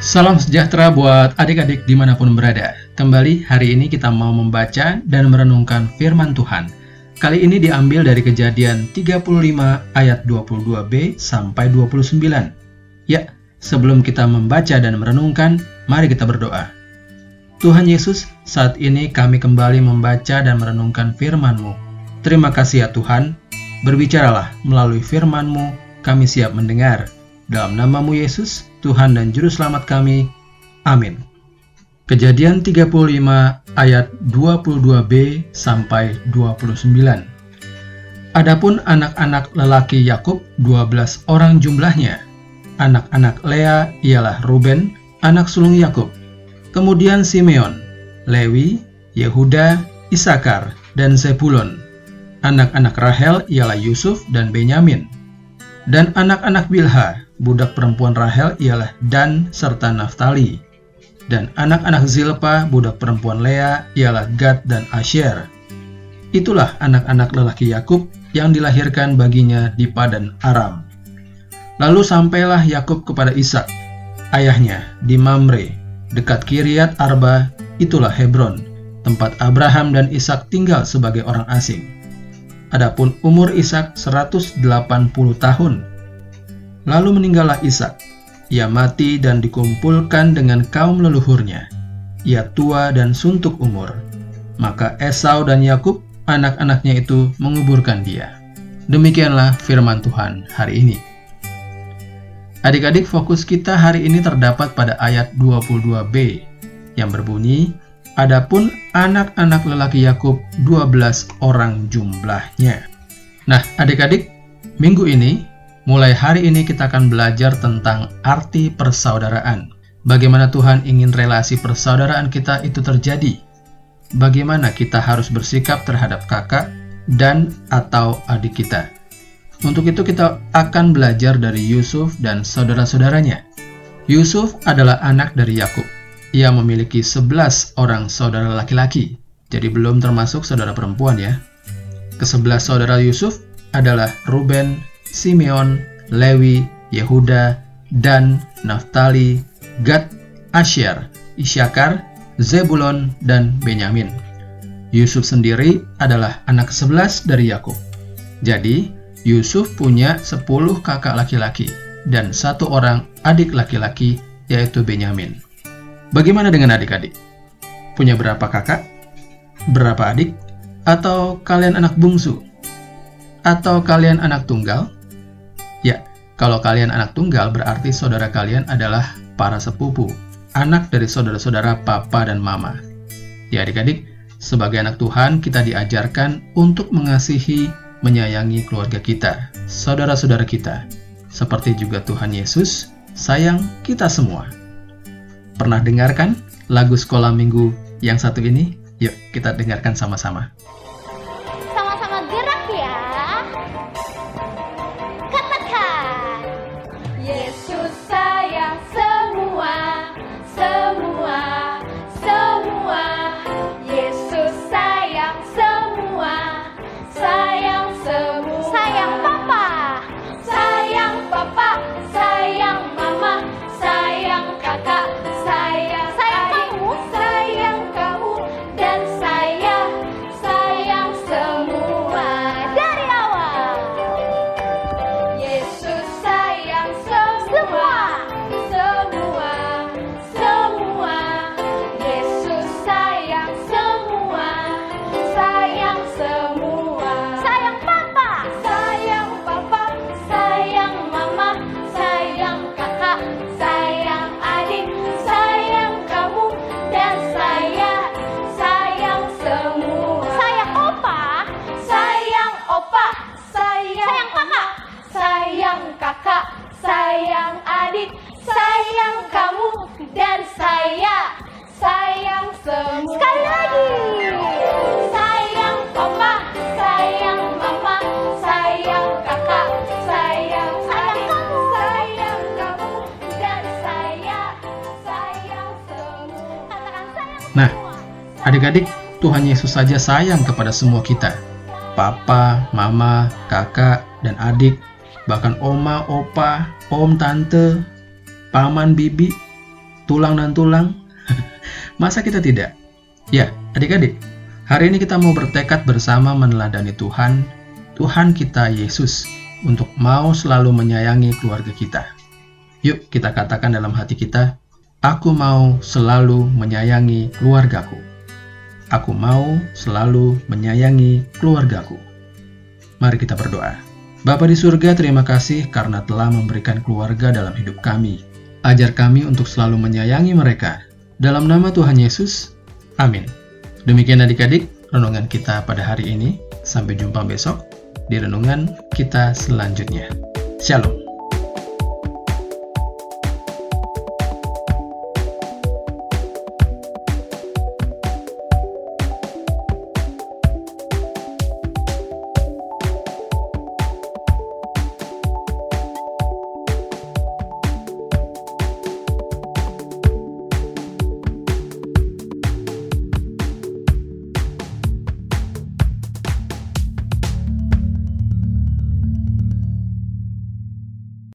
Salam sejahtera buat adik-adik dimanapun berada. Kembali hari ini kita mau membaca dan merenungkan firman Tuhan. Kali ini diambil dari Kejadian 35 ayat 22b sampai 29. Ya, sebelum kita membaca dan merenungkan, mari kita berdoa. Tuhan Yesus, saat ini kami kembali membaca dan merenungkan firman-Mu. Terima kasih ya Tuhan, berbicaralah melalui firman-Mu, kami siap mendengar. Dalam nama-Mu Yesus, Tuhan dan Juru Selamat kami. Amin. Kejadian 35 ayat 22b sampai 29. Adapun anak-anak lelaki Yakub 12 orang jumlahnya. Anak-anak Lea ialah Ruben, anak sulung Yakub. Kemudian Simeon, Lewi, Yehuda, Isakar, dan Zebulon. Anak-anak Rahel ialah Yusuf dan Benyamin. Dan anak-anak Bilha, budak perempuan Rahel ialah Dan serta Naftali. Dan anak-anak Zilpa, budak perempuan Lea ialah Gad dan Asyer. Itulah anak-anak lelaki Yakub yang dilahirkan baginya di Padan Aram. Lalu sampailah Yakub kepada Ishak, ayahnya, di Mamre, dekat Kiryat Arba, itulah Hebron, tempat Abraham dan Ishak tinggal sebagai orang asing. Adapun umur Ishak 180 tahun. Lalu meninggallah Ishak. Ia mati dan dikumpulkan dengan kaum leluhurnya. Ia tua dan suntuk umur. Maka Esau dan Yakub, anak-anaknya itu menguburkan dia. Demikianlah firman Tuhan hari ini. Adik-adik, fokus kita hari ini terdapat pada ayat 22b yang berbunyi, adapun anak-anak lelaki Yakub 12 orang jumlahnya. Nah, adik-adik, minggu ini, mulai hari ini kita akan belajar tentang arti persaudaraan. Bagaimana Tuhan ingin relasi persaudaraan kita itu terjadi. Bagaimana kita harus bersikap terhadap kakak dan atau adik kita. Untuk itu kita akan belajar dari Yusuf dan saudara-saudaranya. Yusuf adalah anak dari Yakub. Ia memiliki 11 orang saudara laki-laki, jadi belum termasuk saudara perempuan ya. Ke-11 saudara Yusuf adalah Ruben, Simeon, Lewi, Yehuda, Dan, Naftali, Gad, Asyer, Isakar, Zebulon, dan Benyamin. Yusuf sendiri adalah anak ke-11 dari Yakub. Jadi, Yusuf punya 10 kakak laki-laki dan 1 orang adik laki-laki, yaitu Benyamin. Bagaimana dengan adik-adik? Punya berapa kakak? Berapa adik? Atau kalian anak bungsu? Atau kalian anak tunggal? Ya, kalau kalian anak tunggal berarti saudara kalian adalah para sepupu, anak dari saudara-saudara papa dan mama. Ya adik-adik, sebagai anak Tuhan kita diajarkan untuk mengasihi, menyayangi keluarga kita, saudara-saudara kita, seperti juga Tuhan Yesus sayang kita semua. Pernah dengarkan lagu sekolah minggu yang satu ini? Yuk kita dengarkan sama-sama. Sama-sama gerak ya. Katakan, Yesus sayang semua, semua, semua. Yesus sayang semua, sayang semua. Sayang papa, sayang papa, sayang mama, sayang kakak, sayang kamu, sayang kamu, dan saya sayang semua. Dari awal, Yesus sayang semua, semua, semua. Yesus sayang semua, sayang semua. Sayang papa, sayang mama, sayang kakak, sayang adik, sayang kamu, dan saya sayang semua. Sayang opa, sayang mama, sayang kakak, sayang adik, sayang kamu, dan saya sayang semua. Sekali lagi. Sayang opa, sayang mama, sayang kakak, sayang kamu, dan saya sayang semua. Katakan sayang semua. Nah, adik-adik, Tuhan Yesus saja sayang kepada semua kita. Papa, mama, kakak, dan adik, bahkan oma, opa, om, tante, paman, bibi, tulang dan tulang? Masa kita tidak? Ya, adik-adik, hari ini kita mau bertekad bersama meneladani Tuhan kita Yesus, untuk mau selalu menyayangi keluarga kita. Yuk kita katakan dalam hati kita, aku mau selalu menyayangi keluargaku. Aku mau selalu menyayangi keluargaku. Mari kita berdoa. Bapa di surga, terima kasih karena telah memberikan keluarga dalam hidup kami. Ajar kami untuk selalu menyayangi mereka. Dalam nama Tuhan Yesus, amin. Demikian adik-adik, renungan kita pada hari ini. Sampai jumpa besok di renungan kita selanjutnya. Shalom.